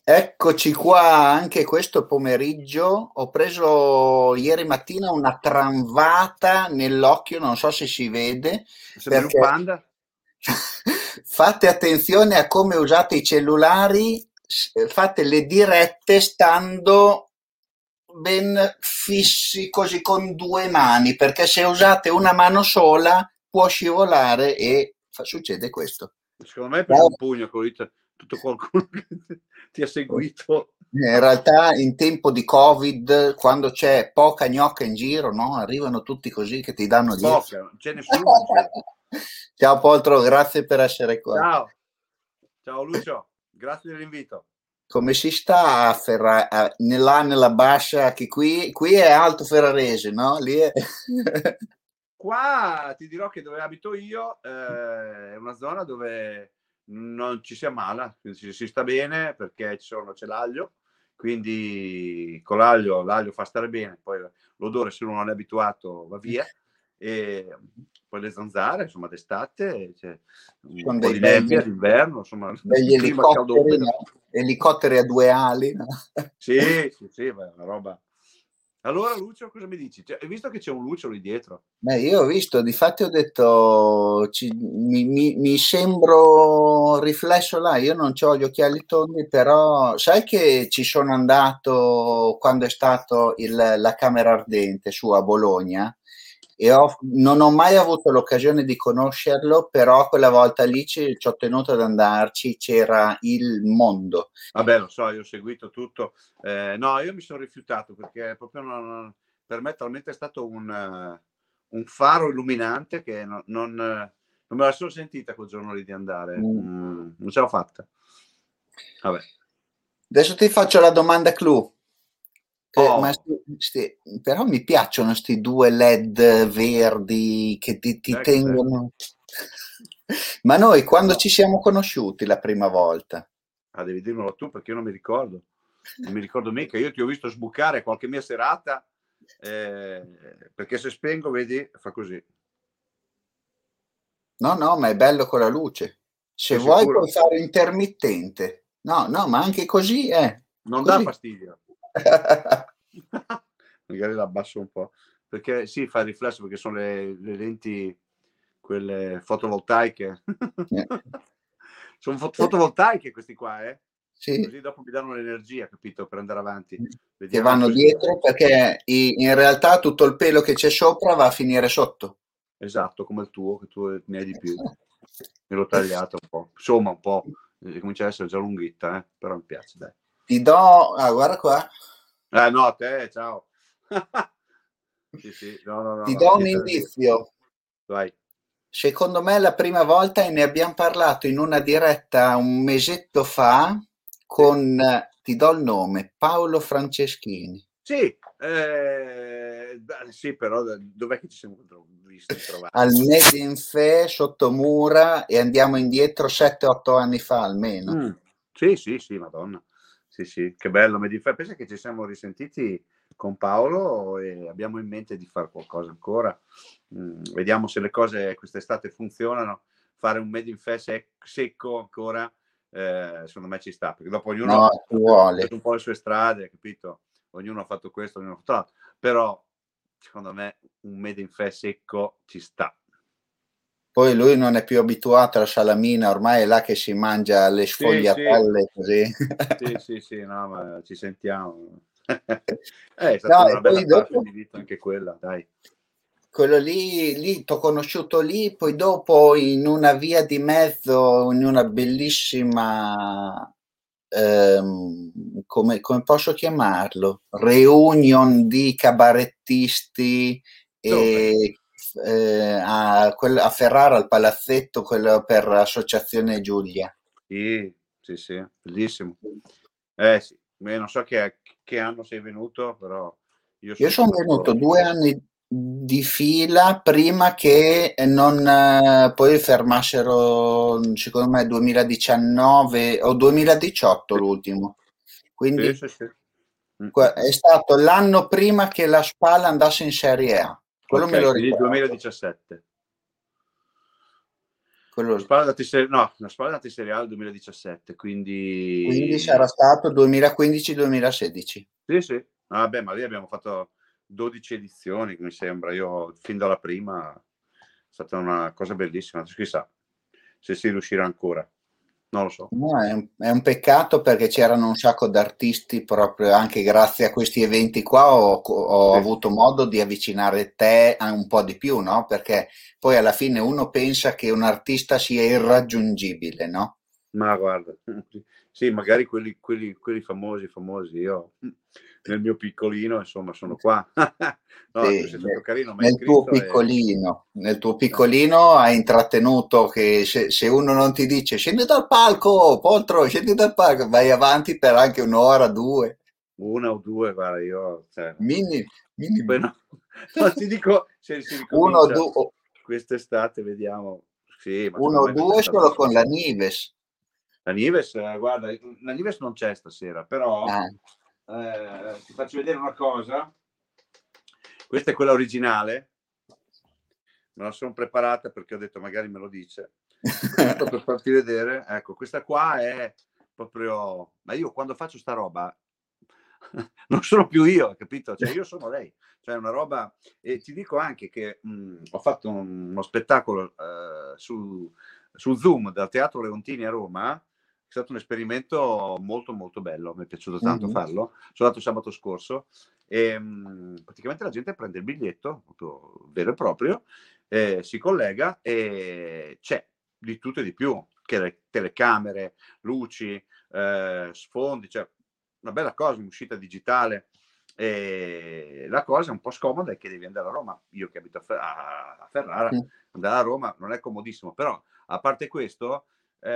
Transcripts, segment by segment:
Eccoci qua anche questo pomeriggio. Ho preso ieri mattina una tramvata nell'occhio, non so se si vede, Sembri un perché panda? fate attenzione a come usate i cellulari, fate le dirette stando ben fissi così con due mani, perché se usate una mano sola può scivolare e succede questo. Secondo me hai preso Ciao. un pugno con tutto qualcuno che ti ha seguito. In realtà in tempo di Covid, quando c'è poca gnocca in giro, no? Arrivano tutti così che ti danno dietro. Poca, non c'è nessuno in giro. Ciao Poltro, grazie per essere qua. Ciao, ciao Lucio, grazie dell'invito. Come si sta a nella Bascia, che qui è Alto Ferrarese, no? Lì è... Qua ti dirò che dove abito io è una zona dove non ci si ammala, quindi si sta bene perché c'è l'aglio, quindi con l'aglio fa stare bene, poi l'odore se uno non è abituato va via, e poi le zanzare, insomma, d'estate, c'è Ci un sono po' di nebbia d'inverno, insomma, degli il clima elicotteri, scaldoppero. no? Elicotteri a due ali, no? Sì, sì, sì, beh, una roba. Allora, Lucio, cosa mi dici? Hai visto che c'è un Lucio lì dietro? Beh, io ho visto, difatti ho detto, mi sembro riflesso là, io non ho gli occhiali tondi, però sai che ci sono andato quando è stato la Camera Ardente su a Bologna e non ho mai avuto l'occasione di conoscerlo, però quella volta lì ci ho tenuto ad andarci, c'era il mondo. Vabbè, lo so, io ho seguito tutto. No, io mi sono rifiutato perché proprio per me talmente è stato un faro illuminante che non me la sono sentita quel giorno lì di andare. Mm. Non ce l'ho fatta. Vabbè. Adesso ti faccio la domanda clou. Oh, Però mi piacciono sti due LED verdi che ti cos'è? tengono. Ma noi quando No. ci siamo conosciuti la prima volta? Ah, devi dirmelo tu perché io non mi ricordo. Non mi ricordo mica. Io ti ho visto sbucare qualche mia serata, perché se spengo, vedi, fa così. No, no, ma è bello con la luce. Se Sei vuoi puoi sicuro? fare intermittente. No, no, ma anche così è. Non dà Così. fastidio. Magari la abbasso un po', perché sì, fa il riflesso perché sono le lenti, quelle fotovoltaiche. Sono fotovoltaiche questi qua, eh? Sì, Così dopo mi danno l'energia, capito, per andare avanti. che Vediamo vanno così. dietro perché in realtà tutto il pelo che c'è sopra va a finire sotto. Esatto, come il tuo, che tu ne hai di più. Me l'ho tagliato un po'. Insomma, un po'. Comincia a essere già lunghetta, però mi piace, dai. Ti do, guarda qua, No, a te, ciao. Sì, sì, no, no, no, ti no, do un niente da dire. indizio. Vai. Secondo me è la prima volta e ne abbiamo parlato in una diretta un mesetto fa Sì. con, ti do il nome, Paolo Franceschini. Sì, sì, però dov'è che ci siamo visti, Al trovati? Made in Fe sotto mura e andiamo indietro 7-8 anni fa almeno. Mm. Sì, sì, sì, Madonna. Sì, sì, che bello. Pensa che ci siamo risentiti con Paolo e abbiamo in mente di fare qualcosa ancora. Vediamo se le cose quest'estate funzionano. Fare un Made in Fe secco ancora, secondo me ci sta, perché dopo No, ognuno ci ha vuole. preso un po' le sue strade, capito? Ognuno ha fatto questo, ognuno ha fatto l'altro. Però, secondo me, un Made in Fe secco ci sta. Poi lui non è più abituato alla salamina, ormai è là che si mangia le Sì, sì, sfogliatelle così. sì, sì, sì, no, ma ci sentiamo. È No, stata e una bella poi parte dopo di vita anche quella, dai. quello lì t'ho conosciuto lì, poi dopo in una via di mezzo, in una bellissima, come posso chiamarlo? Reunion di cabarettisti Dove? e a Ferrara, al palazzetto, quello per Associazione Giulia. Sì, sì, sì, bellissimo. Sì, non so che anno sei venuto, però io Io sono sono venuto passato. 2 anni di fila prima che non poi fermassero, secondo me, 2019 o 2018 l'ultimo. Sì, Quindi sì, sì. Mm, mm, mm. è stato l'anno prima che la Spal andasse in Serie A. Quello me Ok, lo quindi ricordo. 2017. Quello... La Spalletti Serie A del 2017, Quindi sarà quindi stato 2015-2016. sì, sì. Vabbè, ma lì abbiamo fatto 12 edizioni, mi sembra. Io fin dalla prima è stata una cosa bellissima. Chissà se si riuscirà ancora. Non lo so. No, è un peccato perché c'erano un sacco d'artisti proprio anche grazie a questi eventi qua ho Sì. avuto modo di avvicinare te a un po' di più, no? Perché poi alla fine uno pensa che un artista sia irraggiungibile, no? Ma guarda, sì, magari quelli famosi, io nel mio piccolino, insomma, sono qua. No, tu Sì, sei stato carino, mi hai nel tuo eh, piccolino hai intrattenuto che se uno non ti dice scendi dal palco, Poltro, scendi dal palco, vai avanti per anche un'ora, due, una o due, guarda, io, cioè, minimo, poi minimo. no, no, ti dico, se si Uno o ricomincia due, quest'estate, vediamo. Sì, ma uno secondo o me due quest'estate solo sì. con la Nives. La Nives, guarda, la Nives non c'è stasera, però Ah. ti faccio vedere una cosa. Questa è quella originale, me la sono preparata perché ho detto magari me lo dice. Giusto per farti vedere, ecco, questa qua è proprio... Ma io quando faccio sta roba non sono più io, capito? Cioè io sono lei, cioè una roba... E ti dico anche che ho fatto uno spettacolo su Zoom dal Teatro Leontini a Roma, è stato un esperimento molto molto bello, mi è piaciuto tanto Mhm. farlo, sono andato sabato scorso e praticamente la gente prende il biglietto, proprio vero e proprio, si collega e c'è di tutto e di più, che le telecamere, luci, sfondi, cioè una bella cosa, un'uscita digitale. E la cosa un po' scomoda è che devi andare a Roma. Io che abito a Ferrara, andare a Roma non è comodissimo, però a parte questo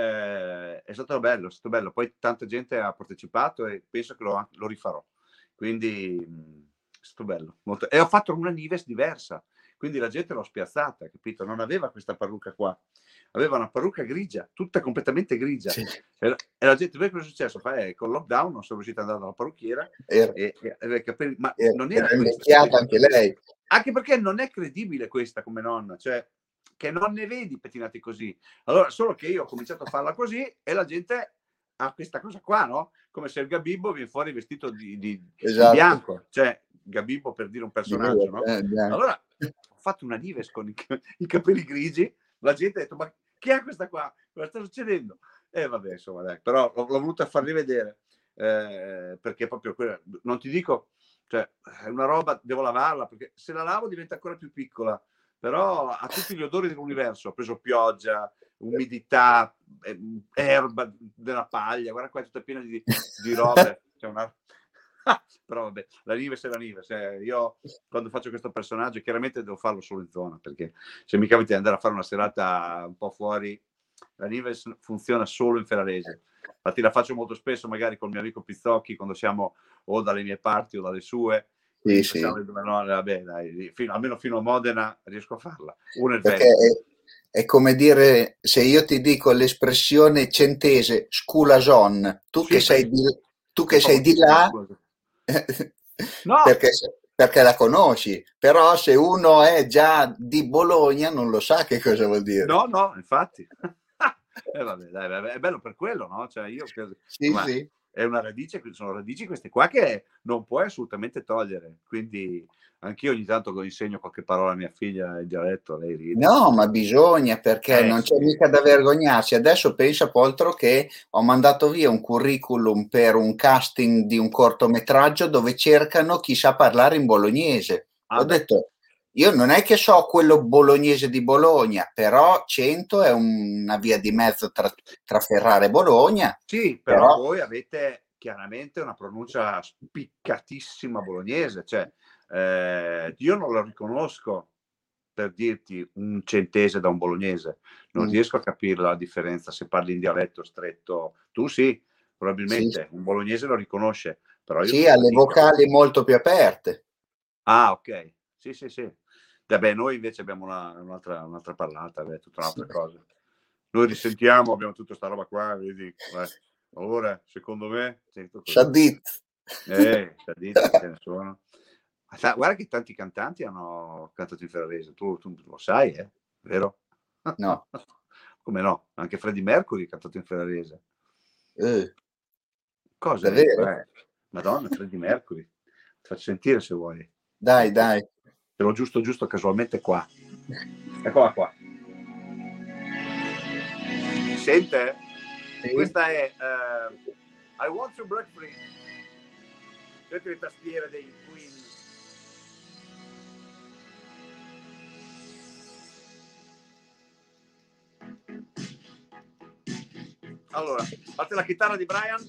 è stato bello, è stato bello. Poi tanta gente ha partecipato e penso che lo rifarò. Quindi è stato bello. Molto. E ho fatto una Nives diversa, quindi la gente l'ho spiazzata, capito? Non aveva questa parrucca qua, aveva una parrucca grigia, tutta completamente grigia. Sì. E la gente, cosa è successo? Con il lockdown non sono riuscito ad andare dalla parrucchiera Era, e aveva i capelli, ma non era era questa, invecchiata capito? anche lei. Anche perché non è credibile questa come nonna, cioè che non ne vedi pettinati così. Allora, solo che io ho cominciato a farla così e la gente ha questa cosa qua, no? Come se il Gabibbo viene fuori vestito di Esatto. bianco, cioè Gabibbo per dire un Di personaggio, vero, no? bianco. Allora ho fatto una Nives con i capelli grigi, la gente ha detto, ma chi è questa qua? Cosa sta succedendo? E vabbè, insomma, dai, però l'ho voluta farvi vedere, perché proprio quella, non ti dico, cioè, è una roba, devo lavarla, perché se la lavo diventa ancora più piccola, però ha tutti gli odori dell'universo, ho preso pioggia, umidità, erba della paglia, guarda qua è tutta piena di robe, c'è una... però vabbè, la Nives è la Nives, io quando faccio questo personaggio chiaramente devo farlo solo in zona, perché se mi capita di andare a fare una serata un po' fuori, la Nives funziona solo in ferrarese. Infatti la faccio molto spesso magari col mio amico Pizzocchi quando siamo o dalle mie parti o dalle sue, Sì, quindi sì. facciamo le due, no, vabbè, dai, almeno fino a Modena riesco a farla. Uno è il Perché Veneto. è come dire, se io ti dico l'espressione centese sculajon, Sì, tu è che sei di famosissima, là, scusa. No, perché, perché la conosci, però se uno è già di Bologna non lo sa che cosa vuol dire. no, no, infatti. Vabbè, dai, vabbè, è bello per quello, no? Cioè, io credo, Sì, insomma, sì. è una radice, sono radici queste qua che non puoi assolutamente togliere. Quindi anch'io ogni tanto insegno qualche parola a mia figlia in dialetto, lei ride. No, ma bisogna perché non Sì. c'è mica da vergognarsi. Adesso pensa Poltro che ho mandato via un curriculum per un casting di un cortometraggio dove cercano chi sa parlare in bolognese. Ah, Ho beh. detto, io non è che so quello bolognese di Bologna, però 100 è una via di mezzo tra Ferrara e Bologna, Sì, però però voi avete chiaramente una pronuncia spiccatissima bolognese, cioè io non lo riconosco per dirti un centese da un bolognese, non mm, riesco a capire la differenza se parli in dialetto stretto. Tu sì, sì, probabilmente un bolognese lo riconosce, però io sì, faccio ha le fatica. vocali molto più aperte. Ah, ok, sì, sì, sì. Vabbè, noi invece abbiamo un'altra parlata, è tutta un'altra cosa. Noi risentiamo, abbiamo tutta sta roba qua, vedi? Ora, secondo me, sento così. Shadit. Saditi ce ne sono. Ma guarda che tanti cantanti hanno cantato in ferrarese, tu lo sai, vero? No. Come no? Anche Freddie Mercury ha cantato in ferrarese. Cosa? Davvero? Madonna, Freddie Mercury. Ti faccio sentire se vuoi. Dai, dai. Ce l'ho giusto casualmente qua. Eccola qua. Si sente? Sì. Questa è I Want to Break Free. Senti le tastiere dei Queen. Allora, parte la chitarra di Brian.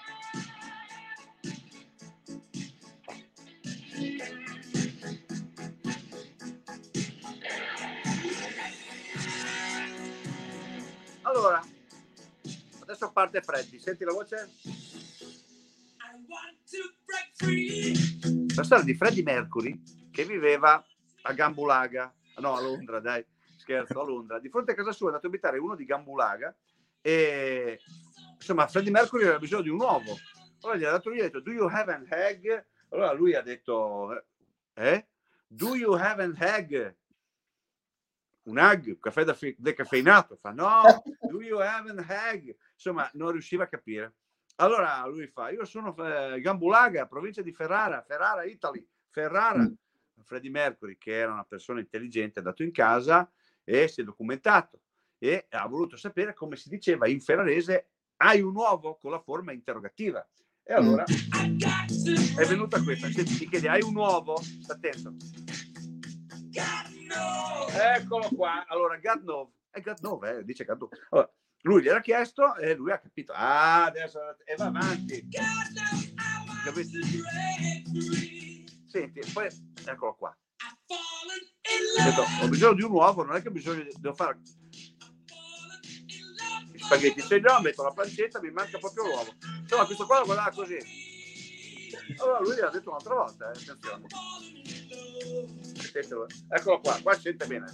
Allora, adesso parte Freddy, senti la voce? La storia di Freddie Mercury che viveva a Gambulaga, no, a Londra, dai, scherzo, a Londra. Di fronte a casa sua è andato a abitare uno di Gambulaga e insomma Freddie Mercury aveva bisogno di un uovo. Allora gli ha dato, gli ha detto, do you have an egg? Allora lui ha detto, do you have an egg? Un egg, un caffè decaffeinato. Fa, no, do you have an egg? Insomma, non riusciva a capire. Allora lui fa, io sono Gambulaga, provincia di Ferrara, Italy, Ferrara. Freddie Mercury, che era una persona intelligente, è andato in casa e si è documentato e ha voluto sapere come si diceva in ferrarese hai un uovo con la forma interrogativa. E allora è venuta questa, se ti chiede hai un uovo, sta attento. Eccolo qua. Allora, God knows, dice God knows. Allora, lui gli era chiesto e lui ha capito. Ah, adesso e va avanti. Capito? Senti, poi eccolo qua. Detto, ho bisogno di un uovo, non è che devo fare gli spaghetti. Se no, metto la pancetta, mi manca proprio l'uovo. Insomma, questo qua lo guardava così. Allora lui gli ha detto un'altra volta, attenzione. Eccolo qua sente bene.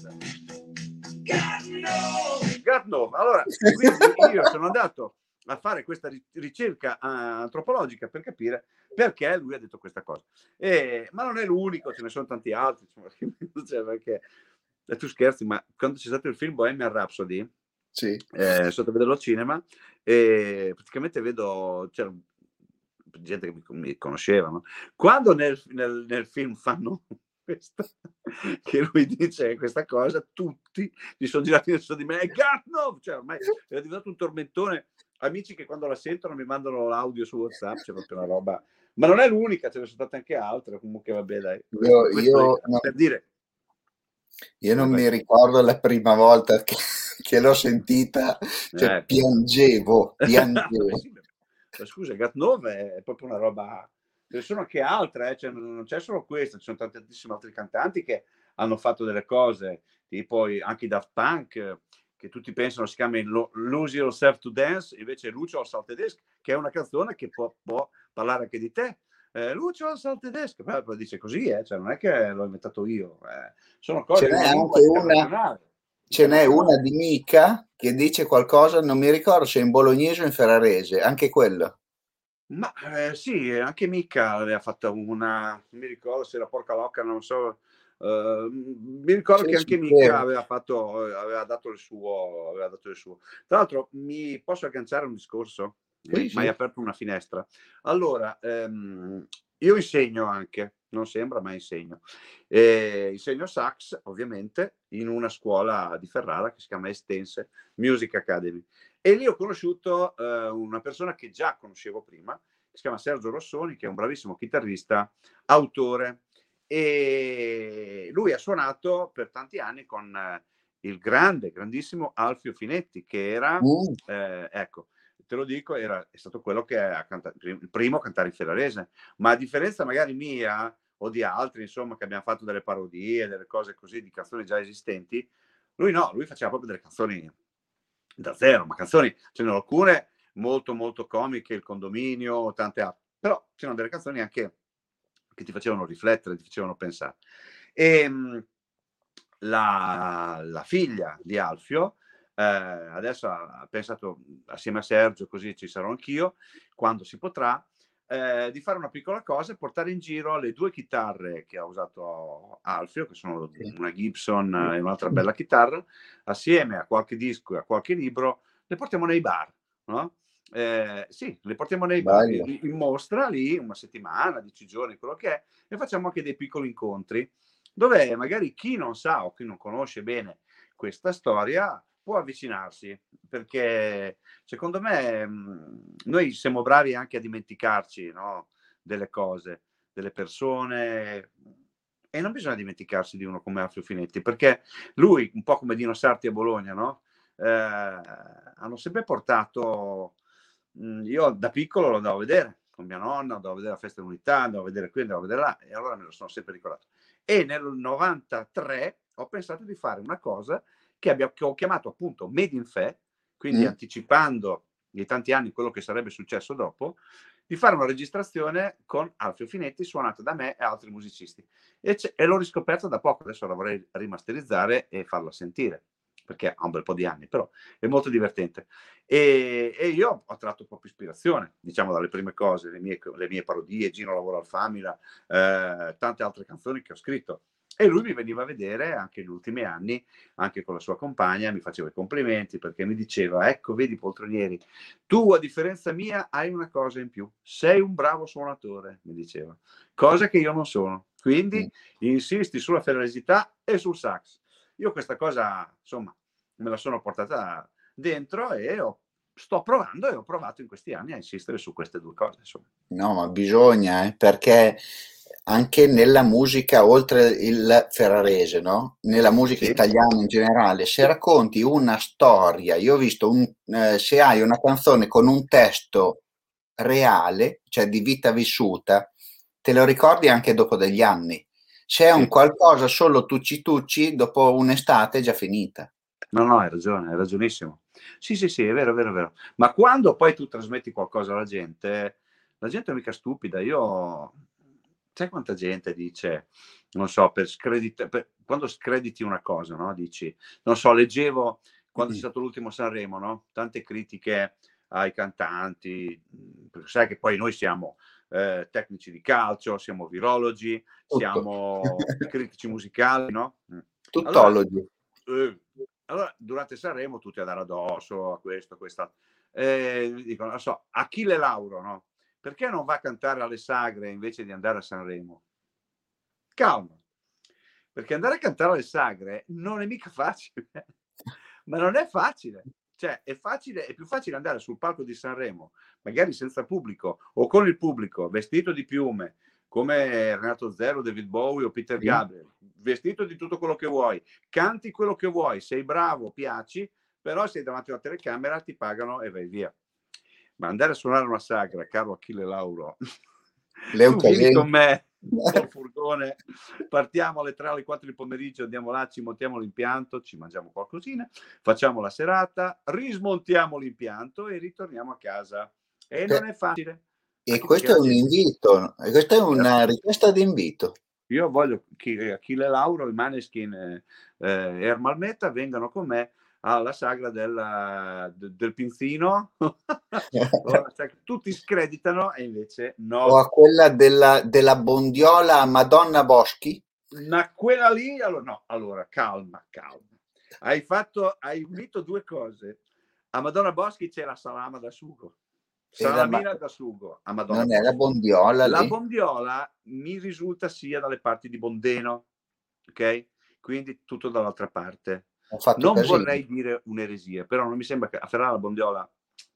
God knows. Allora, quindi io sono andato a fare questa ricerca antropologica per capire perché lui ha detto questa cosa. Ma non è l'unico, ce ne sono tanti altri. Cioè, perché, tu scherzi, ma quando c'è stato il film Bohemian Rhapsody, sì. sono stato a vederlo al cinema e praticamente vedo, c'era gente che mi conosceva, no? Quando nel film fanno questo, che lui dice questa cosa, tutti si sono girati verso di me e no! Cioè ormai era diventato un tormentone. Amici che quando la sentono mi mandano l'audio su WhatsApp, c'è proprio una roba, ma non è l'unica, ce ne sono state anche altre. Comunque vabbè, dai, questo per dire. Io non mi ricordo la prima volta che l'ho sentita, cioè piangevo. Ma scusa, Gatnove è proprio una roba. Ce ne sono anche altre, cioè, non c'è solo questa, ci sono tantissimi altri cantanti che hanno fatto delle cose, tipo anche i Daft Punk, che tutti pensano si chiami Lose Yourself to Dance, invece Lucio al Salt Tedesco, che è una canzone che può parlare anche di te. Lucio al Salt Tedesco, però dice così, cioè, non è che l'ho inventato io, sono cose Ce n'è di anche internazionale. Ce n'è una di Mica che dice qualcosa, non mi ricordo se in bolognese o in ferrarese, anche quello. Ma sì, anche Mica aveva fatto una, non mi ricordo se era Porca Locca, non so, mi ricordo che anche Mica aveva dato il suo. Tra l'altro mi posso agganciare a un discorso? Sì. Mi hai aperto una finestra. Allora, io insegno anche, non sembra, ma insegno. Insegno sax, ovviamente, in una scuola di Ferrara che si chiama Estense Music Academy. E lì ho conosciuto una persona che già conoscevo prima, che si chiama Sergio Rossoni, che è un bravissimo chitarrista, autore, e lui ha suonato per tanti anni con il grandissimo Alfio Finetti, che era, ecco, te lo dico, è stato quello che ha cantato, il primo a cantare in ferrarese, ma a differenza magari mia o di altri, insomma, che abbiamo fatto delle parodie, delle cose così, di canzoni già esistenti, lui no, lui faceva proprio delle canzoni da zero, ma canzoni, ce ne sono alcune molto molto comiche, Il condominio, tante altre, però c'erano delle canzoni anche che ti facevano riflettere, ti facevano pensare. E la figlia di Alfio adesso ha pensato, assieme a Sergio, così ci sarò anch'io, quando si potrà, di fare una piccola cosa e portare in giro le 2 chitarre che ha usato Alfio, che sono una Gibson e un'altra bella chitarra, assieme a qualche disco e a qualche libro, le portiamo nei bar, no? Sì, le portiamo nei bar, Bello. in mostra lì una settimana, 10 giorni, quello che è, e facciamo anche dei piccoli incontri dove magari chi non sa o chi non conosce bene questa storia può avvicinarsi, perché secondo me noi siamo bravi anche a dimenticarci, no, delle cose, delle persone, e non bisogna dimenticarsi di uno come Alfio Finetti, perché lui, un po' come Dino Sarti a Bologna, no? Hanno sempre portato, io da piccolo lo andavo a vedere con mia nonna, andavo a vedere la festa dell'unità, andavo a vedere qui, andavo a vedere là, e allora me lo sono sempre ricordato. E nel 93 ho pensato di fare una cosa che ho chiamato appunto Made in Fe, quindi anticipando di tanti anni quello che sarebbe successo dopo, di fare una registrazione con Alfio Finetti suonata da me e altri musicisti. E l'ho riscoperta da poco, adesso la vorrei rimasterizzare e farla sentire, perché ha un bel po' di anni, però è molto divertente. E io ho tratto proprio ispirazione, diciamo, dalle prime cose, le mie parodie, Gino lavora al Famila, tante altre canzoni che ho scritto. E lui mi veniva a vedere anche negli ultimi anni, anche con la sua compagna, mi faceva i complimenti perché mi diceva: ecco, vedi Poltronieri, tu a differenza mia hai una cosa in più, sei un bravo suonatore, mi diceva, cosa che io non sono. Quindi insisti sulla fedelosità e sul sax. Io questa cosa, insomma, me la sono portata dentro e sto provando e ho provato in questi anni a insistere su queste 2 cose, insomma. No, ma bisogna, perché anche nella musica, oltre il ferrarese, no? Nella musica Sì, italiana in generale, se racconti una storia, io ho visto se hai una canzone con un testo reale, cioè di vita vissuta, te lo ricordi anche dopo degli anni. Se è un sì. qualcosa solo tucci tucci, dopo un'estate è già finita. No, no, hai ragione, hai ragionissimo. Sì, sì, sì, è vero, è vero, è vero. Ma quando poi tu trasmetti qualcosa alla gente, la gente è mica stupida. Io, sai quanta gente dice, non so, quando screditi una cosa, no? Dici, non so, leggevo quando c'è stato l'ultimo Sanremo, no? Tante critiche ai cantanti, perché sai che poi noi siamo tecnici di calcio, siamo virologi, Tutto. siamo critici musicali, no? Allora, Tuttologi. eh, allora, durante Sanremo tutti a dare addosso a questo, a questa. Dicono, non so, Achille Lauro, no? Perché non va a cantare alle sagre invece di andare a Sanremo? Calma, perché andare a cantare alle sagre non è mica facile, ma non è facile. Cioè, è più facile andare sul palco di Sanremo, magari senza pubblico o con il pubblico, vestito di piume, come Renato Zero, David Bowie o Peter Sì. Gabriel, vestito di tutto quello che vuoi, canti quello che vuoi, sei bravo, piaci, però sei davanti a una telecamera, ti pagano e vai via. Ma andare a suonare una sagra, caro Achille Lauro, Lei è un tu vieni casino. con me col furgone, partiamo alle 3 alle 4 di pomeriggio, andiamo là, ci montiamo l'impianto, ci mangiamo qualcosina, facciamo la serata, rismontiamo l'impianto e ritorniamo a casa. E non è facile, E anche perché questo è la un gente... invito, e questa è una Certo. richiesta di invito. Io voglio che Achille Lauro, i Maneskin e Ermalmetta vengano con me alla sagra del Pinzino. Tutti screditano e invece O no. a quella della Bondiola Madonna Boschi? Ma quella lì, allora, no, allora, calma, calma. Hai unito 2 cose. A Madonna Boschi c'è la salama da sugo. Ma Salamina da sugo a Madonna non è la Boschi. Bondiola La lì? bondiola mi risulta sia dalle parti di Bondeno, ok? Quindi tutto dall'altra parte. Ho fatto Non casino. vorrei dire un'eresia, però non mi sembra che a Ferrara la bondiola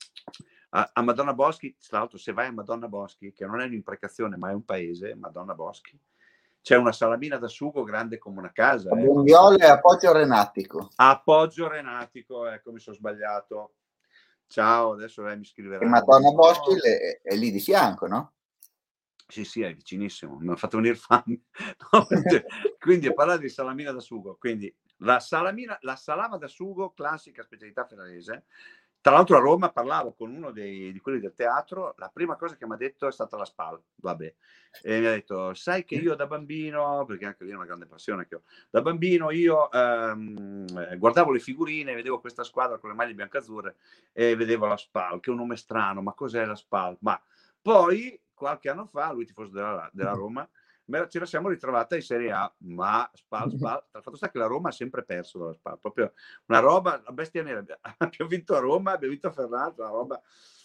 a Madonna Boschi, tra l'altro se vai a Madonna Boschi, che non è un'imprecazione ma è un paese, Madonna Boschi, c'è una salamina da sugo grande come una casa, La quando tu... Bondiola è a Poggio Renatico. Appoggio Renatico, ecco, mi sono sbagliato. Ciao, adesso lei mi E scriverà, mi Madonna dice, Boschi no, è lì di fianco, no? sì, sì, è vicinissimo, mi ha fatto venire fame. No, quindi a parlare di salamina da sugo, quindi la salama da sugo, classica specialità ferrarese. Tra l'altro a Roma parlavo con uno di quelli del teatro, la prima cosa che mi ha detto è stata la SPAL, vabbè. E mi ha detto, sai che io da bambino, perché anche lì è una grande passione che ho, da bambino io guardavo le figurine, vedevo questa squadra con le maglie biancazzurre e vedevo la SPAL, che è un nome strano, ma cos'è la SPAL? Ma poi qualche anno fa, lui tifoso della Roma, ce la siamo ritrovata in Serie A, ma Spal, il fatto sta che la Roma ha sempre perso dalla Spal, proprio una roba, la bestia nera, abbiamo vinto a Roma, abbiamo vinto a Ferrara, una roba,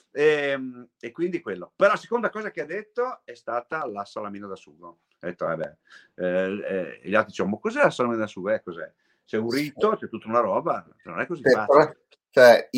e quindi quello. Però la seconda cosa che ha detto è stata la salamina da sugo. Ha detto, vabbè, gli altri dicevano, ma cos'è la salamina da sugo? Cos'è? C'è un rito, c'è tutta una roba, non è così facile. Cioè,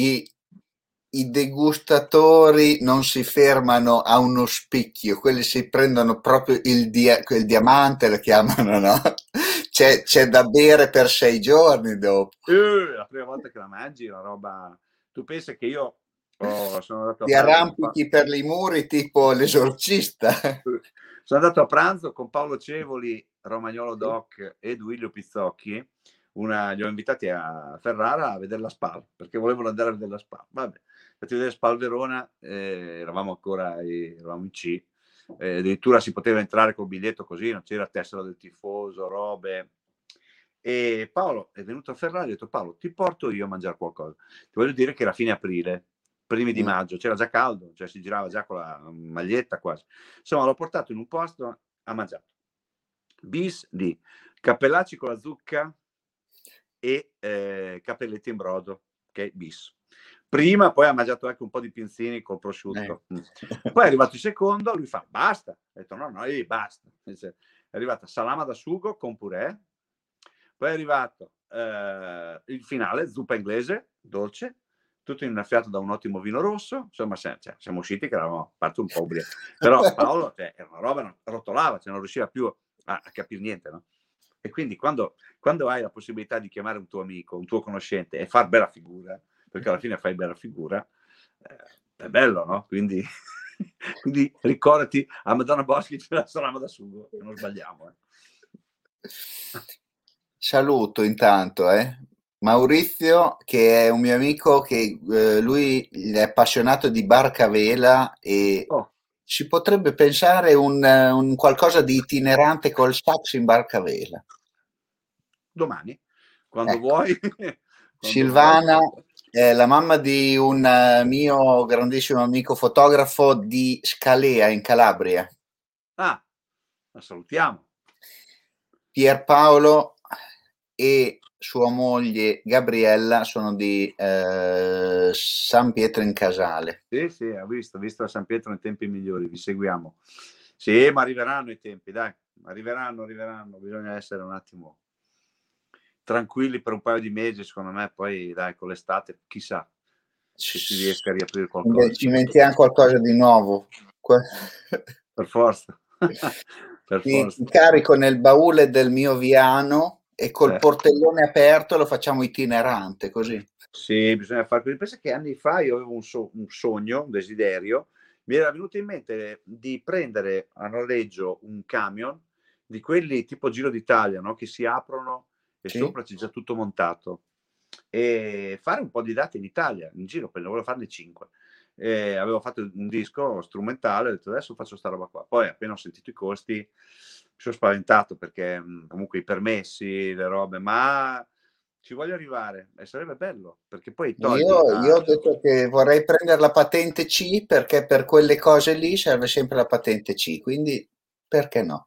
i degustatori non si fermano a uno spicchio, quelli si prendono proprio il diamante, lo chiamano, no? C'è da bere per 6 giorni dopo. La prima volta che la mangi, la roba... Tu pensi che io sono andato a Ti pranzo arrampichi per i muri tipo l'esorcista. sono andato a pranzo con Paolo Cevoli, Romagnolo Doc e Duilio Pizzocchi. Li ho invitati a Ferrara a vedere la SPAL, perché volevano andare a vedere la SPAL. Vabbè, fatti vedere SPAL Verona, eravamo in C, addirittura si poteva entrare col biglietto così, non c'era tessera del tifoso, robe. E Paolo è venuto a Ferrara e ha detto: Paolo, ti porto io a mangiare qualcosa. Ti voglio dire che era fine aprile, primi di maggio, c'era già caldo, cioè si girava già con la maglietta quasi. Insomma, l'ho portato in un posto, ha mangiato bis di cappellacci con la zucca e cappelletti in brodo, ok, bis. Prima, poi ha mangiato anche un po' di pinzini col prosciutto. Poi è arrivato il secondo, lui fa basta. Ha detto no, basta. È arrivata salama da sugo con purè. Poi è arrivato il finale, zuppa inglese, dolce, tutto innaffiato da un ottimo vino rosso. Insomma, siamo usciti che eravamo a parte un po' ubriachi. Però Paolo, era una roba, rotolava, non riusciva più a capire niente, no? E quindi quando hai la possibilità di chiamare un tuo amico, un tuo conoscente e far bella figura, perché alla fine fai bella figura, è bello, no? Quindi ricordati, a Madonna Boschi c'è la salama da sugo, non sbagliamo. Saluto intanto, Maurizio, che è un mio amico che lui è appassionato di barca a vela e ci potrebbe pensare un qualcosa di itinerante col sax in barca a vela. Domani, quando Ecco. vuoi. Silvana è la mamma di un mio grandissimo amico fotografo di Scalea in Calabria. Ah, la salutiamo. Pierpaolo e sua moglie Gabriella sono di San Pietro in Casale. Sì, ha visto a San Pietro nei tempi migliori, vi seguiamo. Sì, ma arriveranno i tempi, dai, arriveranno, bisogna essere un attimo tranquilli per un paio di mesi, secondo me, poi dai, con l'estate, chissà se si riesca a riaprire qualcosa. Ci inventiamo qualcosa di nuovo. Per forza. Ti carico nel baule del mio Viano e col portellone aperto lo facciamo itinerante, così. Sì, bisogna fare così. Pensa che anni fa io avevo un sogno, un desiderio, mi era venuto in mente di prendere a noleggio un camion di quelli tipo Giro d'Italia, no? Che si aprono e sopra c'è già tutto montato, e fare un po' di date in Italia, in giro, perché ne volevo farne 5. Avevo fatto un disco strumentale, ho detto adesso faccio sta roba qua. Poi appena ho sentito i costi mi sono spaventato, perché comunque i permessi, le robe, ma ci voglio arrivare e sarebbe bello, perché poi togli Io ho detto che vorrei prendere la patente C, perché per quelle cose lì serve sempre la patente C, quindi perché no?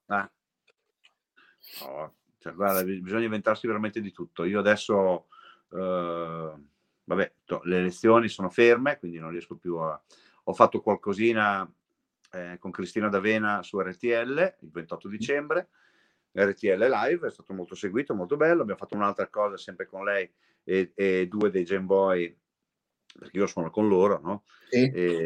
No, cioè, guarda, bisogna inventarsi veramente di tutto. Io adesso, vabbè, le lezioni sono ferme, quindi non riesco più a... Ho fatto qualcosina con Cristina D'Avena su RTL il 28 dicembre, RTL Live, è stato molto seguito, molto bello. Abbiamo fatto un'altra cosa sempre con lei e 2 dei Gen Boy, perché io suono con loro, no? Sì.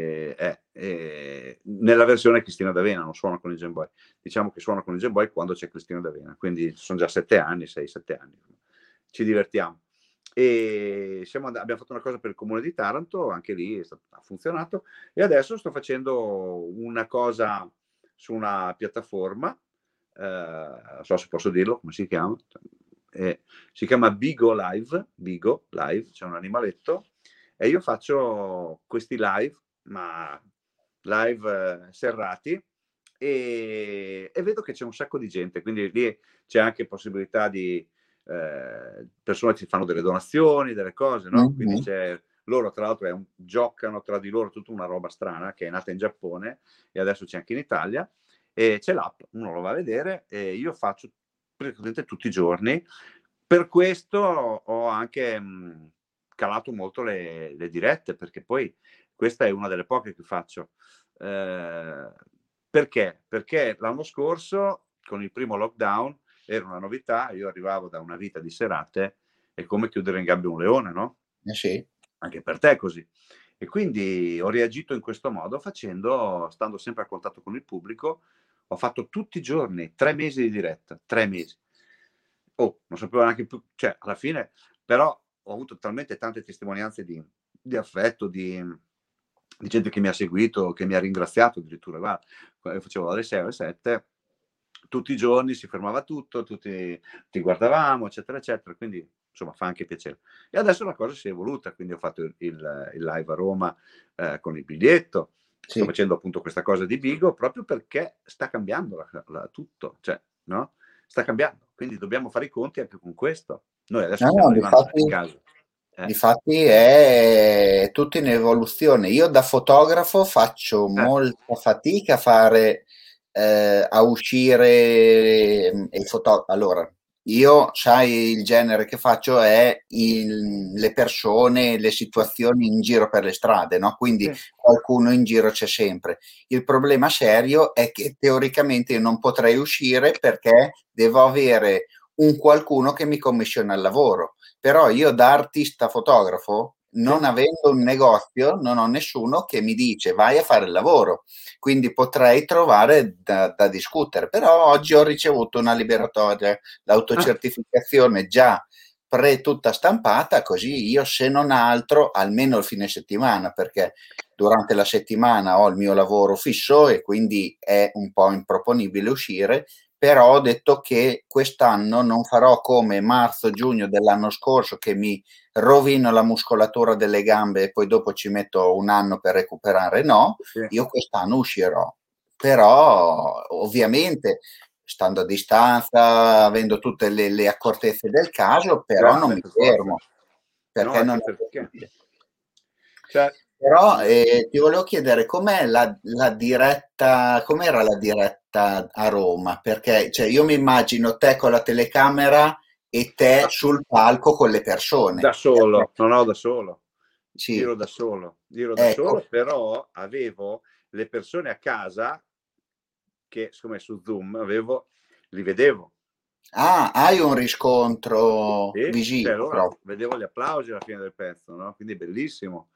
Nella versione Cristina D'Avena, non suono con i Gen Boy. Diciamo che suono con i Gen Boy quando c'è Cristina D'Avena, quindi sono già 7 anni, 6-7 anni. Ci divertiamo. E abbiamo fatto una cosa per il comune di Taranto, anche lì ha funzionato, e adesso sto facendo una cosa su una piattaforma, non so se posso dirlo, come si chiama, si chiama Bigo Live, c'è un animaletto, e io faccio questi live, ma live serrati, e vedo che c'è un sacco di gente, quindi lì c'è anche possibilità di persone che fanno delle donazioni, delle cose, no? Quindi c'è loro tra l'altro giocano tra di loro tutta una roba strana che è nata in Giappone e adesso c'è anche in Italia, e c'è l'app, uno lo va a vedere, e io faccio praticamente tutti i giorni. Per questo ho anche calato molto le dirette, perché poi questa è una delle poche che faccio. Perché? Perché l'anno scorso, con il primo lockdown, era una novità, io arrivavo da una vita di serate, è come chiudere in gabbia un leone, no? Sì. Anche per te è così. E quindi ho reagito in questo modo, stando sempre a contatto con il pubblico. Ho fatto tutti i giorni 3 mesi di diretta, 3 mesi. Oh, non sapevo neanche più, cioè alla fine, però ho avuto talmente tante testimonianze di affetto, di gente che mi ha seguito, che mi ha ringraziato addirittura. Guarda, facevo dalle 6 alle 7, tutti i giorni si fermava tutto, tutti ti guardavamo, eccetera, eccetera. Quindi, insomma, fa anche piacere. E adesso la cosa si è evoluta, quindi ho fatto il live a Roma con il biglietto. Sto Sì. facendo appunto questa cosa di Bigo proprio perché sta cambiando tutto, cioè, no? Sta cambiando, quindi dobbiamo fare i conti anche con questo. Noi adesso stiamo No, arrivando nel caso. difatti è tutto in evoluzione. Io da fotografo faccio molta fatica a fare a uscire allora, io sai il genere che faccio è le persone, le situazioni in giro per le strade, no? Quindi Sì. qualcuno in giro c'è sempre. Il problema serio è che teoricamente io non potrei uscire perché devo avere un qualcuno che mi commissiona il lavoro. Però io da artista fotografo, non avendo un negozio, non ho nessuno che mi dice vai a fare il lavoro, quindi potrei trovare da discutere. Però oggi ho ricevuto una liberatoria, l'autocertificazione già tutta stampata, così io se non altro, almeno il fine settimana, perché durante la settimana ho il mio lavoro fisso e quindi è un po' improponibile uscire, però ho detto che quest'anno non farò come marzo-giugno dell'anno scorso che mi rovino la muscolatura delle gambe e poi dopo ci metto un anno per recuperare, no, io quest'anno uscirò, però ovviamente stando a distanza, avendo tutte le accortezze del caso, però non mi Per forza. fermo, perché No, non anche è perché. possibile. Cioè, Però ti volevo chiedere com'è la diretta, com'era la diretta a Roma? Perché cioè, io mi immagino te con la telecamera e te sul palco con le persone. da solo, non ho da solo. Sì, Ero da ecco. solo, però avevo le persone a casa che, siccome su Zoom li vedevo. Ah, hai un riscontro Sì, cioè visivo allora proprio. vedevo gli applausi alla fine del pezzo, no? Quindi è bellissimo.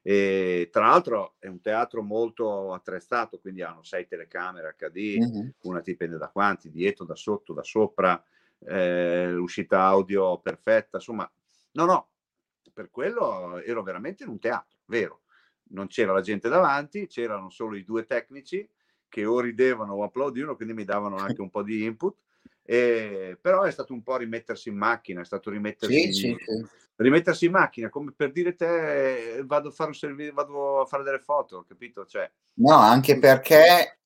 E tra l'altro è un teatro molto attrezzato, quindi hanno 6 telecamere HD, Mhm. una dipende da quanti, dietro, da sotto, da sopra, l'uscita audio perfetta, insomma, no, per quello ero veramente in un teatro, vero. Non c'era la gente davanti, c'erano solo i 2 tecnici che o ridevano o applaudivano, quindi mi davano anche un po' di input. Però è stato un po' rimettersi in macchina, è stato Sì, sì, sì. rimettersi in macchina, come per dire te vado a fare vado a fare delle foto, capito? Cioè, No, anche perché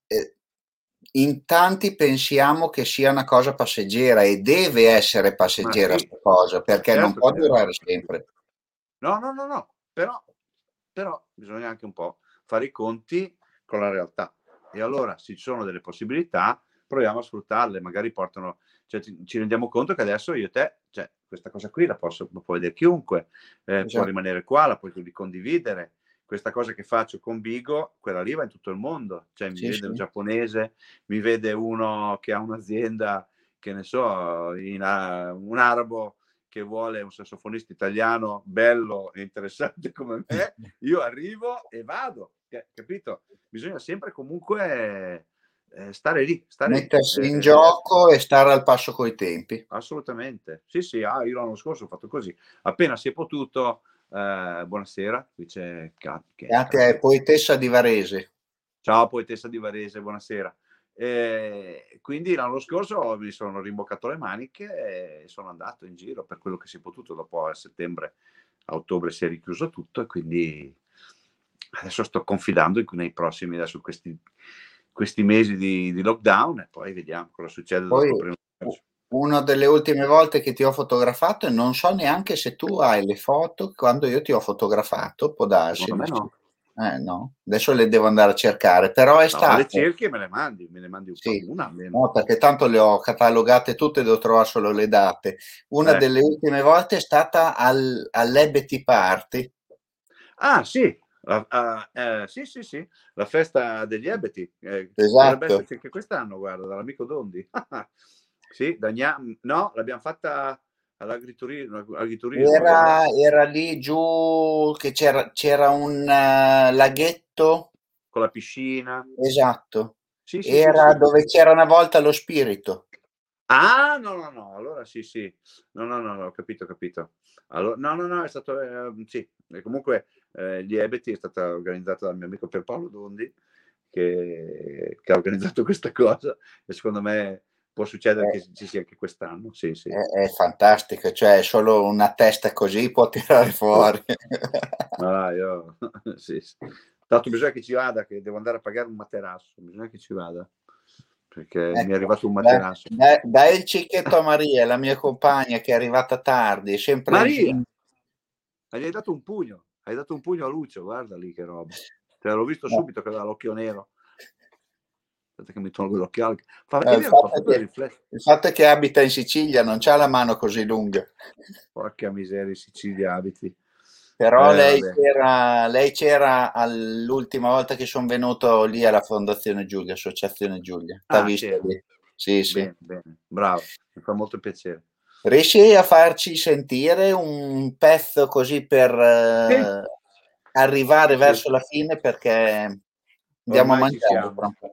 in tanti pensiamo che sia una cosa passeggera e deve essere ma passeggera sì, sta cosa, ma perché non certo può che deve durare essere sempre. passeggero. No, però bisogna anche un po' fare i conti con la realtà. E allora, se ci sono delle possibilità, proviamo a sfruttarle, magari portano, cioè, ci rendiamo conto che adesso io e te, cioè, questa cosa qui la può vedere chiunque, può Esatto. rimanere qua, la puoi condividere. Questa cosa che faccio con Bigo, quella lì va in tutto il mondo, cioè mi Sì, vede un sì. giapponese, mi vede uno che ha un'azienda, che ne so, un arabo che vuole un sassofonista italiano bello e interessante come me, io arrivo e vado, capito? Bisogna sempre comunque stare lì, stare lì. Mettersi in gioco e stare al passo coi tempi. Assolutamente. Sì, sì, io l'anno scorso ho fatto così. Appena si è potuto, buonasera, qui c'è E a te, poetessa di Varese. Ciao poetessa di Varese, buonasera. Quindi l'anno scorso mi sono rimboccato le maniche e sono andato in giro per quello che si è potuto. Dopo a settembre, a ottobre si è richiuso tutto e quindi adesso sto confidando nei prossimi, adesso questi mesi di lockdown e poi vediamo cosa succede dopo il Poi primo maggio. una delle ultime volte che ti ho fotografato e non so neanche se tu hai le foto quando io ti ho fotografato, può darsi, Secondo me no. no, adesso le devo andare a cercare, però è No, le stato, cerchi e me ne mandi sì, una almeno. no, perché tanto le ho catalogate tutte, devo trovare solo le date. Una delle Ecco. ultime volte è stata all'Ebby Party. Ah, sì. Sì, sì, sì, la festa degli ebeti. Dovrebbe Esatto. esserci anche quest'anno, guarda, dall'amico Dondi. Sì, no, l'abbiamo fatta all'agriturismo l'abbiamo Era, fatta. era lì giù che c'era un laghetto, Con la piscina. esatto, Sì, sì, sì, era sì. dove c'era una volta lo spirito. Ah, no, no, no, allora sì, sì. No, no, no, no, ho capito, ho capito. Allora, no, no, no, è stato, sì. E comunque gli ebeti è stata organizzata dal mio amico Pierpaolo Dondi, che ha organizzato questa cosa e secondo me può succedere È, che ci sia anche quest'anno, sì, sì. è fantastico, cioè solo una testa così può tirare fuori. Ma io, sì, sì. Tanto bisogna che ci vada, che devo andare a pagare un materasso, bisogna che ci vada, perché mi è Ecco, arrivato un materasso. dai il cicchetto a Maria, la mia compagna che è arrivata tardi, è sempre Maria! Gli hai dato un pugno, hai dato un pugno a Lucio, guarda lì che roba. Cioè, l'ho visto no, subito che aveva l'occhio nero. Aspetta che mi tolgo l'occhiale. È il vero, fa fatto proprio il che, riflesso. il fatto è che abita in Sicilia, non c'ha la mano così lunga. Porca miseria, in Sicilia abiti. Però Vabbè. lei c'era all'ultima volta che sono venuto lì alla Fondazione Giulia, Associazione Giulia. T'ha Ah, visto c'era. lì? Sì, sì. Bene, bene, bravo, mi fa molto piacere. Riesci a farci sentire un pezzo così per Sì, arrivare sì, verso la fine perché andiamo a ormai ci mangiare siamo. tra un po'.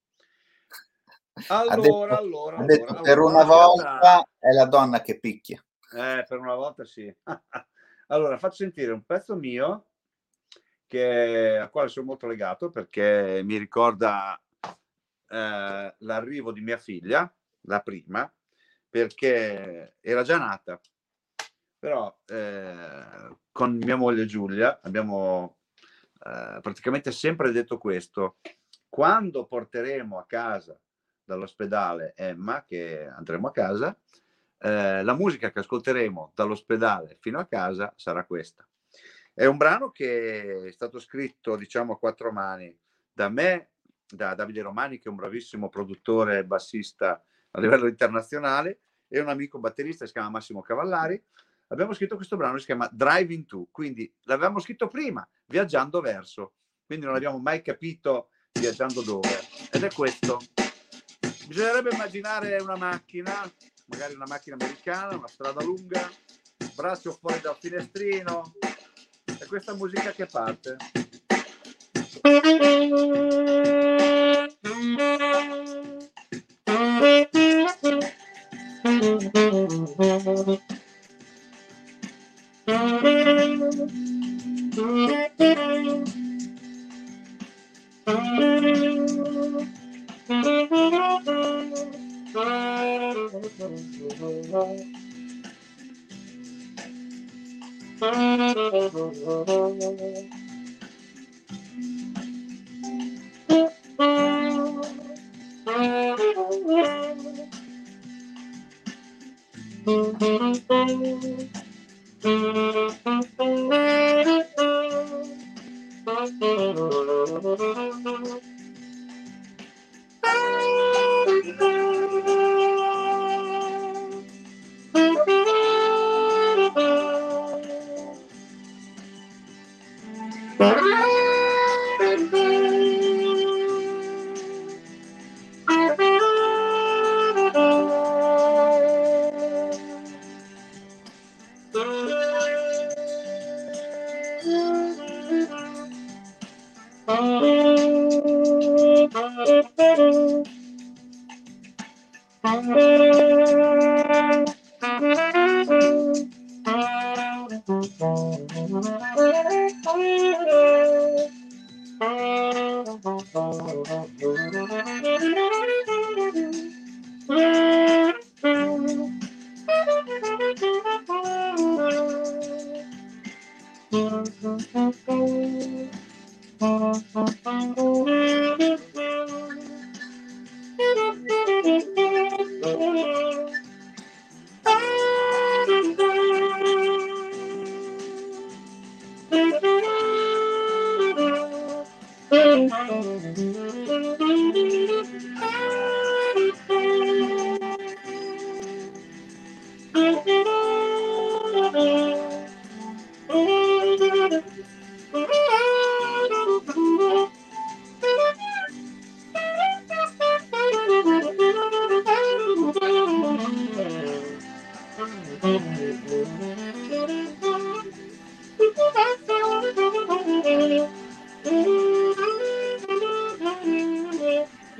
Allora, allora, Ha allora, detto per allora, una buona serata. volta è la donna che picchia. Per una volta sì. Allora, faccio sentire un pezzo mio al quale sono molto legato perché mi ricorda l'arrivo di mia figlia, la prima, perché era già nata, però con mia moglie Giulia abbiamo praticamente sempre detto questo: quando porteremo a casa dall'ospedale Emma, che andremo a casa, la musica che ascolteremo dall'ospedale fino a casa sarà questa. È un brano che è stato scritto, diciamo, a quattro mani da me, da Davide Romani, che è un bravissimo produttore e bassista a livello internazionale, e un amico batterista che si chiama Massimo Cavallari. Abbiamo scritto questo brano che si chiama Driving To, quindi l'avevamo scritto prima, viaggiando verso, quindi non abbiamo mai capito viaggiando dove. Ed è questo. Bisognerebbe immaginare una macchina, magari una macchina americana, una strada lunga, braccio fuori dal finestrino, e questa musica che parte.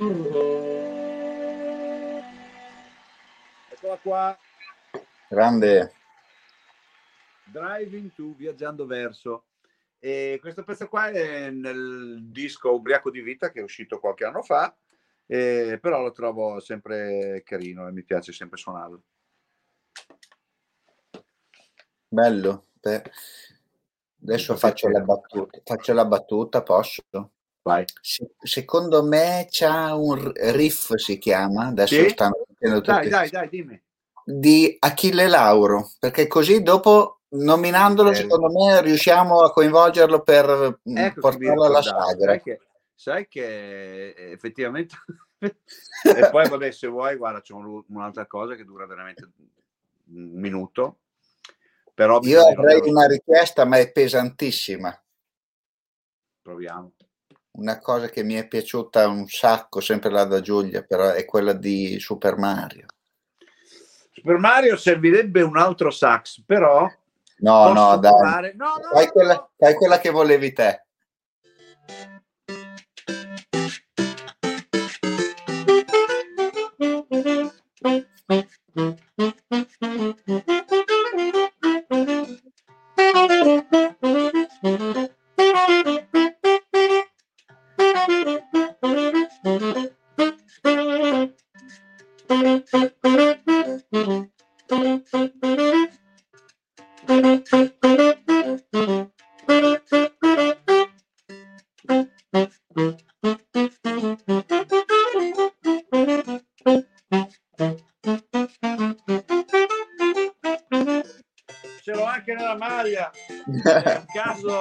Eccola qua. Grande. Driving to, viaggiando verso. E questo pezzo qua è nel disco Ubriaco di vita che è uscito qualche anno fa, però lo trovo sempre carino e mi piace sempre suonarlo. Bello. Adesso faccio la battuta, posso? Vai. Secondo me c'ha un riff, si chiama, adesso Sì? stanno Dai, dimmi. di Achille Lauro, perché così dopo, nominandolo, secondo me riusciamo a coinvolgerlo per portarlo alla sagra. Sai che effettivamente e poi vabbè, se vuoi, guarda, c'è un'altra cosa che dura veramente un minuto, però io avrei una richiesta, ma è pesantissima. Proviamo. Una cosa che mi è piaciuta un sacco, sempre là da Giulia, però è quella di Super Mario. Super Mario servirebbe un altro sax, però no, dai. Fai quella che volevi te. Ce l'ho anche nella maglia. È un caso.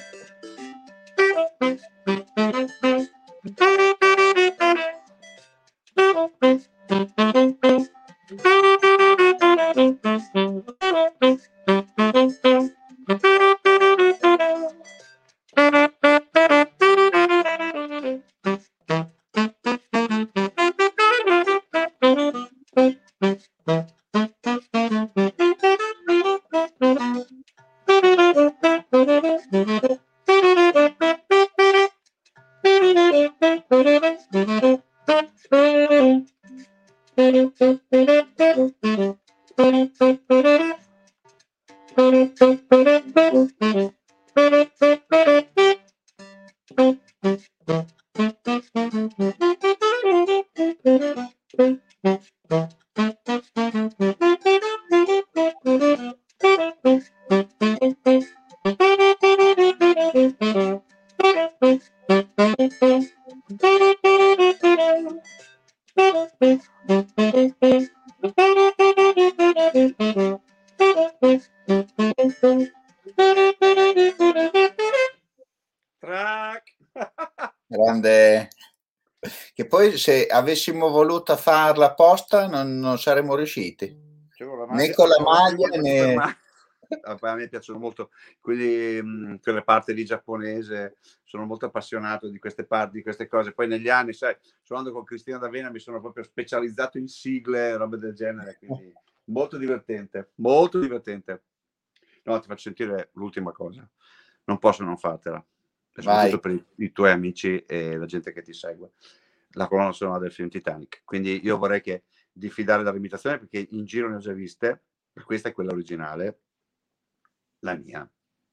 Grande. Che poi se avessimo voluto farla apposta non saremmo riusciti. Né con la maglia né... A me piacciono molto quelle parti lì giapponese, sono molto appassionato di queste parti, di queste cose. Poi negli anni, sai, suonando con Cristina D'Avena mi sono proprio specializzato in sigle, robe del genere, quindi molto divertente, molto divertente. No, ti faccio sentire l'ultima cosa, non posso non fartela, soprattutto per i tuoi amici e la gente che ti segue. La colonna sonora del film Titanic, quindi io vorrei che diffidare dall'imitazione, perché in giro ne ho già viste, questa è quella originale, la mia.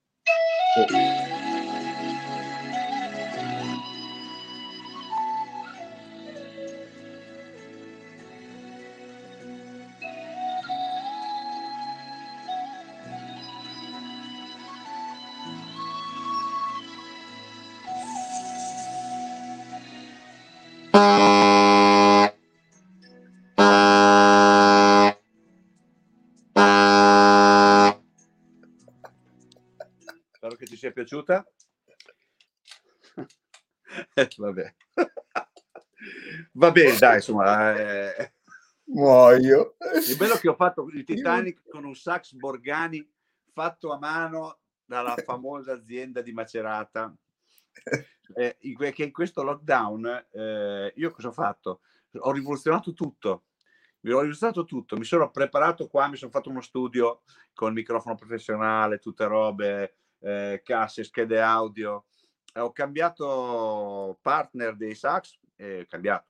Spero che ti sia piaciuta. Vabbè. Va bene, dai, insomma. Muoio. Il bello che ho fatto il Titanic con un sax Borgani fatto a mano dalla famosa azienda di Macerata. Che in questo lockdown io cosa ho fatto? Ho rivoluzionato tutto. Mi sono preparato qua, mi sono fatto uno studio con microfono professionale, tutte robe, casse, schede audio. Ho cambiato partner dei sax, cambiato.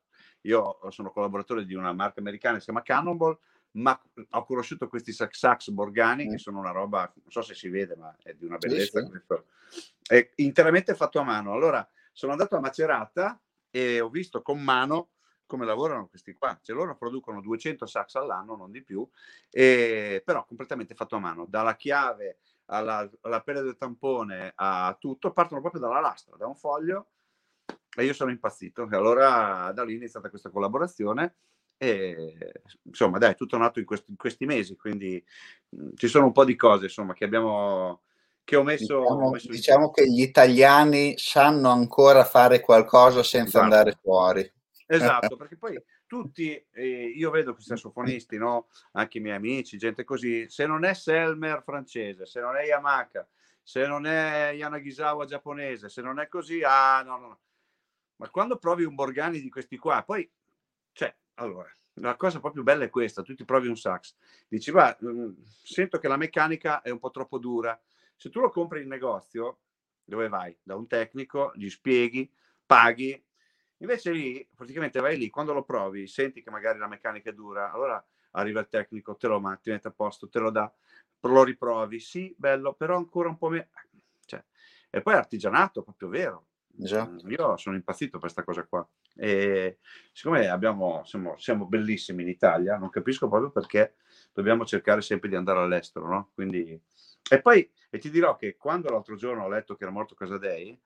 io sono collaboratore di una marca americana che si chiama Cannonball, ma ho conosciuto questi sax Borgani che sono una roba, non so se si vede, ma è di una bellezza. Sì. Questo è interamente fatto a mano. Allora sono andato a Macerata e ho visto con mano come lavorano questi qua. Cioè, loro producono 200 sax all'anno, non di più, però completamente fatto a mano, dalla chiave alla pelle del tampone a tutto, partono proprio dalla lastra, da un foglio, e io sono impazzito. E allora da lì è iniziata questa collaborazione e insomma dai, tutto nato in questi mesi, quindi ci sono un po' di cose insomma che ho messo Diciamo che gli italiani sanno ancora fare qualcosa senza Guarda, andare fuori. esatto, perché poi tutti, io vedo questi sassofonisti, no? Anche i miei amici, gente così, se non è Selmer francese, se non è Yamaha, se non è Yanagisawa giapponese, se non è così, no. Ma quando provi un Borgani di questi qua, poi, cioè, allora, la cosa proprio bella è questa, tu ti provi un sax, dici, va, sento che la meccanica è un po' troppo dura. Se tu lo compri in negozio, dove vai? Da un tecnico, gli spieghi, paghi. Invece lì, praticamente vai lì, quando lo provi, senti che magari la meccanica è dura, allora arriva il tecnico, te lo ti mette a posto, te lo dà, lo riprovi, sì, bello, però ancora un po' meno. Cioè, e poi artigianato, proprio vero. Esatto. Io sono impazzito per questa cosa qua. E siccome siamo bellissimi in Italia, non capisco proprio perché dobbiamo cercare sempre di andare all'estero, no? Quindi... E poi, e ti dirò che quando l'altro giorno ho letto che era morto Casadei,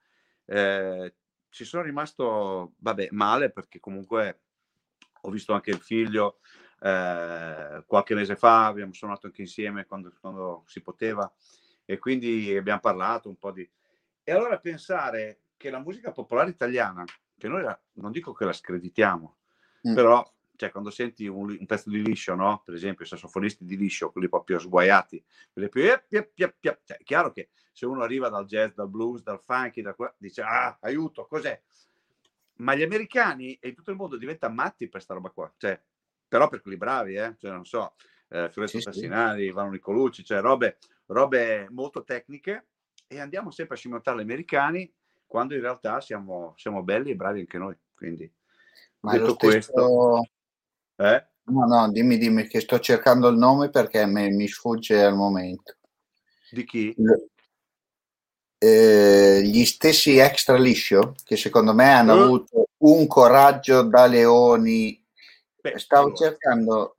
ci sono rimasto, vabbè, male, perché comunque ho visto anche il figlio qualche mese fa, abbiamo suonato anche insieme quando si poteva, e quindi abbiamo parlato un po' di... E allora pensare che la musica popolare italiana, che noi non dico che la screditiamo, però cioè, quando senti un pezzo di Liscio, no? Per esempio i sassofonisti di Liscio, quelli proprio sguaiati, quelli più cioè, è chiaro che se uno arriva dal jazz, dal blues, dal funky, dice aiuto, cos'è? Ma gli americani e tutto il mondo diventa matti per sta roba qua, cioè, però per quelli bravi, cioè, non so, Fioretto Sì, sì. Tassinari, Ivano Nicolucci, cioè robe molto tecniche, e andiamo sempre a scimmiottare gli americani quando in realtà siamo belli e bravi anche noi. Quindi, Ma lo detto questo, stesso... eh? No, dimmi che sto cercando il nome perché mi sfugge al momento. Di chi? Gli stessi Extra Liscio, che secondo me hanno Eh? avuto un coraggio da leoni. Beh, Stavo allora, cercando,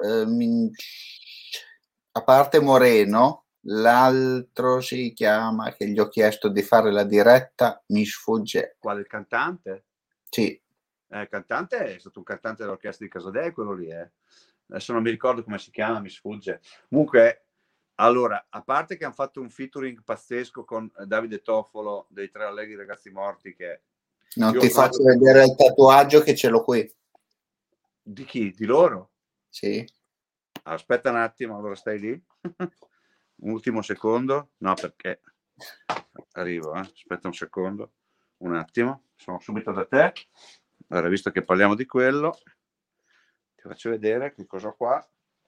a parte Moreno, l'altro si chiama, che gli ho chiesto di fare la diretta, mi sfugge. quale il cantante? Sì, Il cantante è stato un cantante dell'orchestra di Casadei, quello lì, Adesso non mi ricordo come si chiama, mi sfugge. Comunque, allora, a parte che hanno fatto un featuring pazzesco con Davide Toffolo dei Tre Allegri Ragazzi Morti, che non io ho ti suonato faccio con lui. vedere il tatuaggio che ce l'ho qui. Di chi? Di loro? Sì. Aspetta un attimo, allora stai lì. Un ultimo secondo. No, perché arrivo, aspetta un secondo. Un attimo, sono subito da te. Allora, visto che parliamo di quello, ti faccio vedere che cosa ho qua.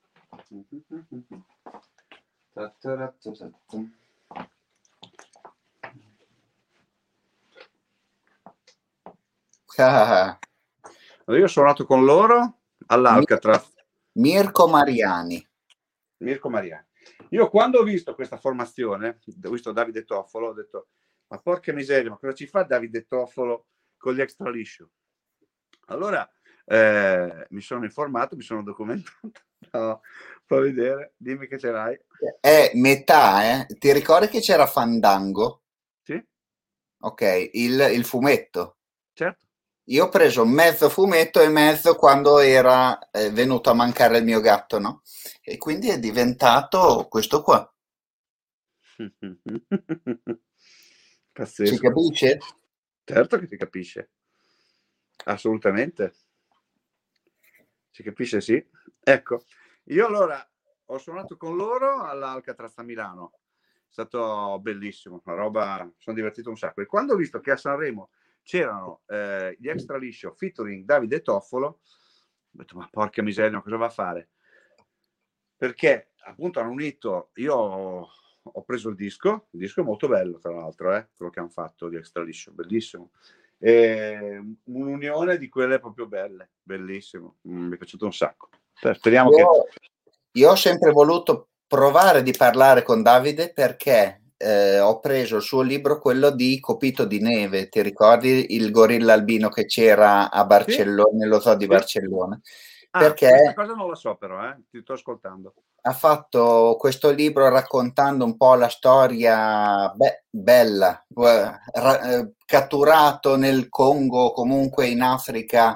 Ah, Allora, io sono nato con loro all'Alcatraz. Mirko Mariani. Mirko Mariani. Io quando ho visto questa formazione, ho visto Davide Toffolo, ho detto, ma porca miseria, ma cosa ci fa Davide Toffolo con gli extra liscio? Allora mi sono informato, mi sono documentato. No, fa vedere, dimmi che ce l'hai. È metà, eh? Ti ricordi che c'era Fandango? Sì, Ok, il fumetto. certo. Io ho preso mezzo fumetto e mezzo quando era venuto a mancare il mio gatto, no? E quindi è diventato questo qua. Si Pazzesco. capisce? Certo che si capisce, assolutamente. Si capisce, sì. Ecco, io allora ho suonato con loro all'Alcatraz a Milano. È stato bellissimo, una roba, sono divertito un sacco. E quando ho visto che a Sanremo c'erano gli Extra Liscio featuring Davide Toffolo, ho detto, ma porca miseria, cosa va a fare? Perché appunto hanno unito, io ho preso il disco è molto bello tra l'altro, quello che hanno fatto di Extra Liscio, bellissimo. Un'unione di quelle proprio belle, bellissimo, mi è piaciuto un sacco. Speriamo Io, che... io ho sempre voluto provare di parlare con Davide perché ho preso il suo libro, quello di Copito di Neve. Ti ricordi il gorilla albino che c'era a Sì, Barcellona, nello zoo di sì. Barcellona? Questa Perché cosa non la so però, ti sto ascoltando. ha fatto questo libro raccontando un po' la storia bella, catturato nel Congo, comunque in Africa,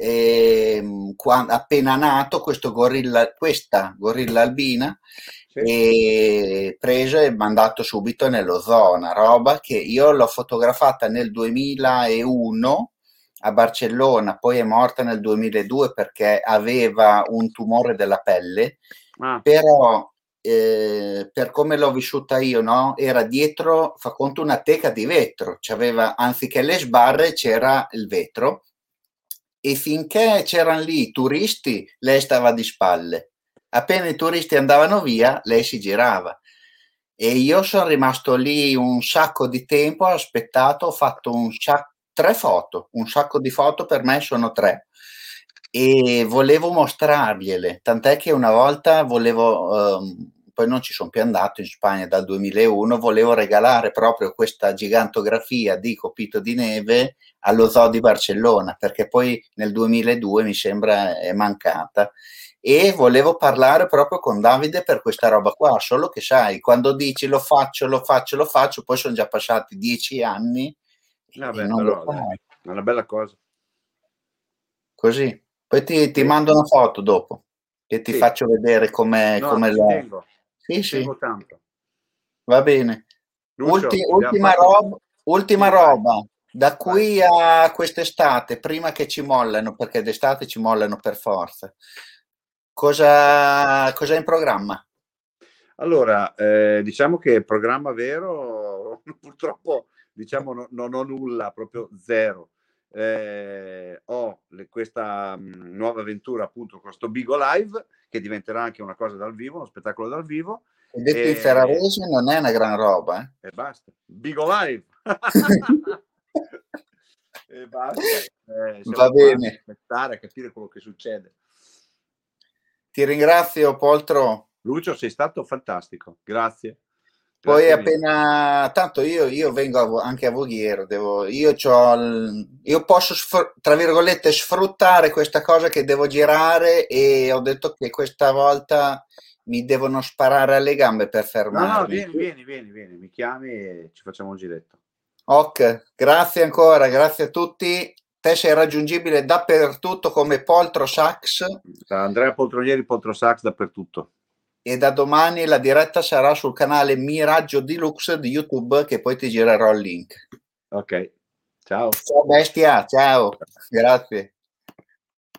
appena nato questa gorilla albina, Sì. e preso e mandato subito nello zoo, una roba che io l'ho fotografata nel 2001 a Barcellona, poi è morta nel 2002 perché aveva un tumore della pelle, Ah, però per come l'ho vissuta io, no? Era dietro, fa conto, una teca di vetro, c'aveva, anziché le sbarre c'era il vetro, e finché c'erano lì i turisti, lei stava di spalle. Appena i turisti andavano via, lei si girava. E io sono rimasto lì un sacco di tempo, ho aspettato, ho fatto tre foto, un sacco di foto, per me sono tre, e volevo mostrargliele, tant'è che una volta poi non ci sono più andato in Spagna dal 2001, volevo regalare proprio questa gigantografia di Copito di Neve allo Zoo di Barcellona, perché poi nel 2002 mi sembra è mancata, e volevo parlare proprio con Davide per questa roba qua, solo che sai, quando dici lo faccio, poi sono già passati 10 anni e vabbè, non lo però dai, fai. è una bella cosa. Così. Poi ti Sì, mando una foto dopo e ti sì. faccio vedere No, come la... Sì, ci sì, tengo tanto. va bene. Lucio, abbiamo Ultima fatto... roba, ultima Sì, vai, roba. Da vai. qui a quest'estate, prima che ci mollano, perché d'estate ci mollano per forza, cosa è in programma? Allora, diciamo che il programma vero, purtroppo, diciamo, non ho nulla, proprio zero. Ho questa nuova avventura appunto con sto Bigo Live, che diventerà anche una cosa dal vivo, uno spettacolo dal vivo, Ho detto in ferrarese, non è una gran roba, eh? e basta. Bigo Live! E basta. Va Siamo qua a bene. aspettare a capire quello che succede. Ti ringrazio, Poltro. Lucio, sei stato fantastico. Grazie. Poi Grazie mille. appena, tanto io vengo anche a Voghiero, io posso, tra virgolette, sfruttare questa cosa che devo girare, e ho detto che questa volta mi devono sparare alle gambe per No, no, fermarmi. vieni, mi chiami e ci facciamo un giretto. Ok, grazie ancora, grazie a tutti. Te sei raggiungibile dappertutto come Poltro Sax, Da Andrea Poltronieri, Poltrosax dappertutto. e da domani la diretta sarà sul canale Miraggio Deluxe di YouTube, che poi ti girerò il link. Ok, ciao. Ciao bestia, ciao, grazie.